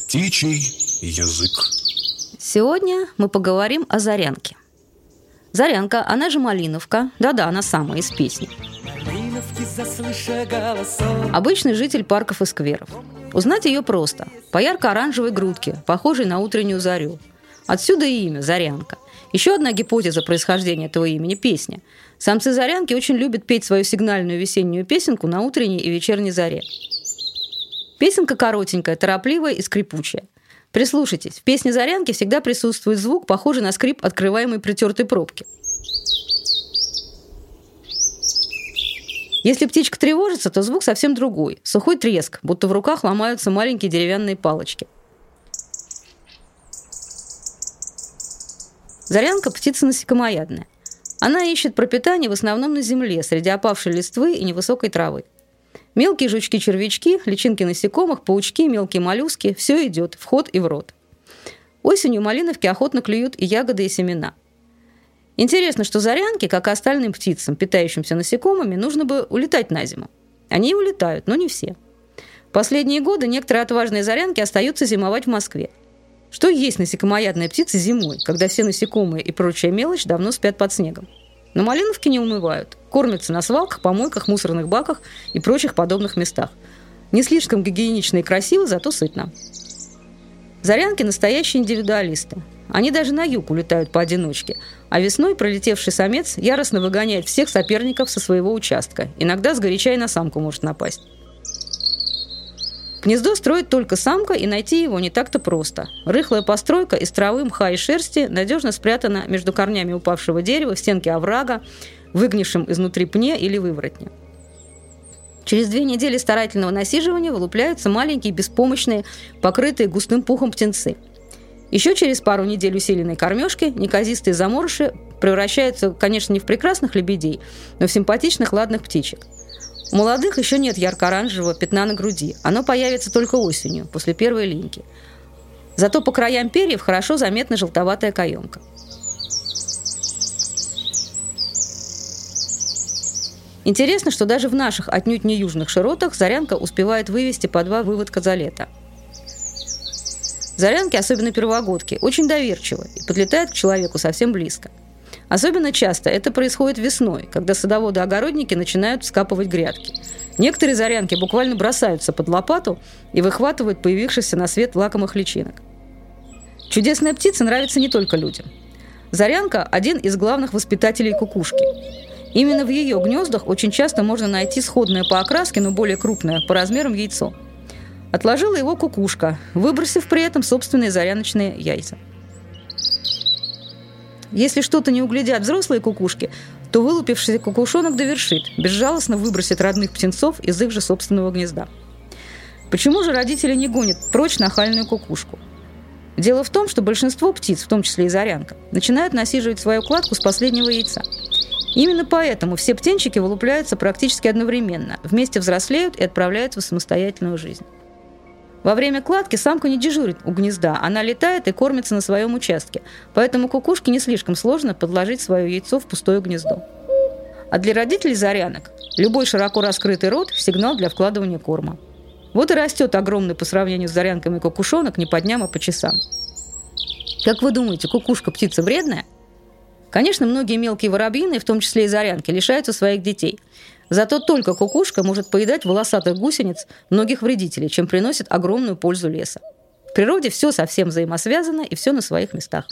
Птичий язык. Сегодня мы поговорим о зарянке. Зарянка, она же малиновка, да-да, она самая из песни. Обычный житель парков и скверов. Узнать ее просто. По ярко-оранжевой грудке, похожей на утреннюю зарю. Отсюда и имя – зарянка. Еще одна гипотеза происхождения этого имени – песня. Самцы зарянки очень любят петь свою сигнальную весеннюю песенку на утренней и вечерней заре. Песенка коротенькая, торопливая и скрипучая. Прислушайтесь, в песне зарянки всегда присутствует звук, похожий на скрип открываемой притертой пробки. Если птичка тревожится, то звук совсем другой. Сухой треск, будто в руках ломаются маленькие деревянные палочки. Зарянка – птица насекомоядная. Она ищет пропитание в основном на земле, среди опавшей листвы и невысокой травы. Мелкие жучки-червячки, личинки насекомых, паучки, мелкие моллюски – все идет в ход и в рот. Осенью малиновки охотно клюют и ягоды, и семена. Интересно, что зарянке, как и остальным птицам, питающимся насекомыми, нужно бы улетать на зиму. Они и улетают, но не все. В последние годы некоторые отважные зарянки остаются зимовать в Москве. Что есть насекомоядная птица зимой, когда все насекомые и прочая мелочь давно спят под снегом? Но малиновки не умывают, кормятся на свалках, помойках, мусорных баках и прочих подобных местах. Не слишком гигиенично и красиво, зато сытно. Зарянки – настоящие индивидуалисты. Они даже на юг улетают поодиночке, а весной пролетевший самец яростно выгоняет всех соперников со своего участка. Иногда сгоряча и на самку может напасть. Гнездо строит только самка, и найти его не так-то просто. Рыхлая постройка из травы, мха и шерсти надежно спрятана между корнями упавшего дерева в стенке оврага, выгнившим изнутри пне или выворотне. Через 2 недели старательного насиживания вылупляются маленькие, беспомощные, покрытые густым пухом птенцы. Еще через пару недель усиленной кормежки неказистые заморыши превращаются, конечно, не в прекрасных лебедей, но в симпатичных ладных птичек. У молодых еще нет ярко-оранжевого пятна на груди. Оно появится только осенью, после первой линьки. Зато по краям перьев хорошо заметна желтоватая каемка. Интересно, что даже в наших отнюдь не южных широтах зарянка успевает вывести по 2 выводка за лето. Зарянки, особенно первогодки, очень доверчивы и подлетают к человеку совсем близко. Особенно часто это происходит весной, когда садоводы-огородники начинают вскапывать грядки. Некоторые зарянки буквально бросаются под лопату и выхватывают появившихся на свет лакомых личинок. Чудесная птица нравится не только людям. Зарянка – один из главных воспитателей кукушки. Именно в ее гнездах очень часто можно найти сходное по окраске, но более крупное по размерам яйцо. Отложила его кукушка, выбросив при этом собственные заряночные яйца. Если что-то не углядят взрослые кукушки, то вылупившийся кукушонок довершит, безжалостно выбросит родных птенцов из их же собственного гнезда. Почему же родители не гонят прочь нахальную кукушку? Дело в том, что большинство птиц, в том числе и зарянка, начинают насиживать свою кладку с последнего яйца. Именно поэтому все птенчики вылупляются практически одновременно, вместе взрослеют и отправляются в самостоятельную жизнь. Во время кладки самка не дежурит у гнезда, она летает и кормится на своем участке, поэтому кукушке не слишком сложно подложить свое яйцо в пустое гнездо. А для родителей зарянок любой широко раскрытый рот – сигнал для вкладывания корма. Вот и растет огромный по сравнению с зарянками кукушонок не по дням, а по часам. Как вы думаете, кукушка птица вредная? Конечно, многие мелкие воробьины, в том числе и зарянки, лишаются своих детей. Зато только кукушка может поедать волосатых гусениц многих вредителей, чем приносит огромную пользу леса. В природе все совсем взаимосвязано и все на своих местах.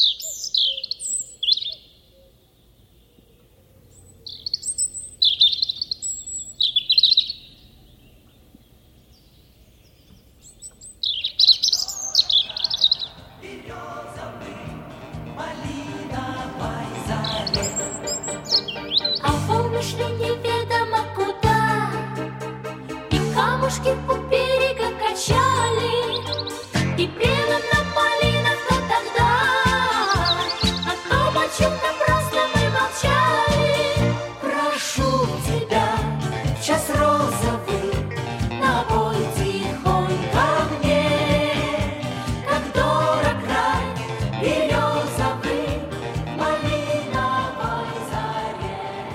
Камушки у берега качали, и пела нам малиновка тогда о том, о чем напрасно мы молчали. Прошу тебя, в час розовый, напой тихонько мне, как дорог рай березовый в малиновой заре.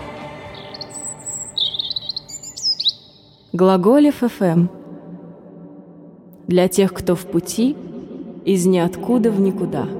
Глаголев ФМ. для тех, кто в пути из ниоткуда в никуда.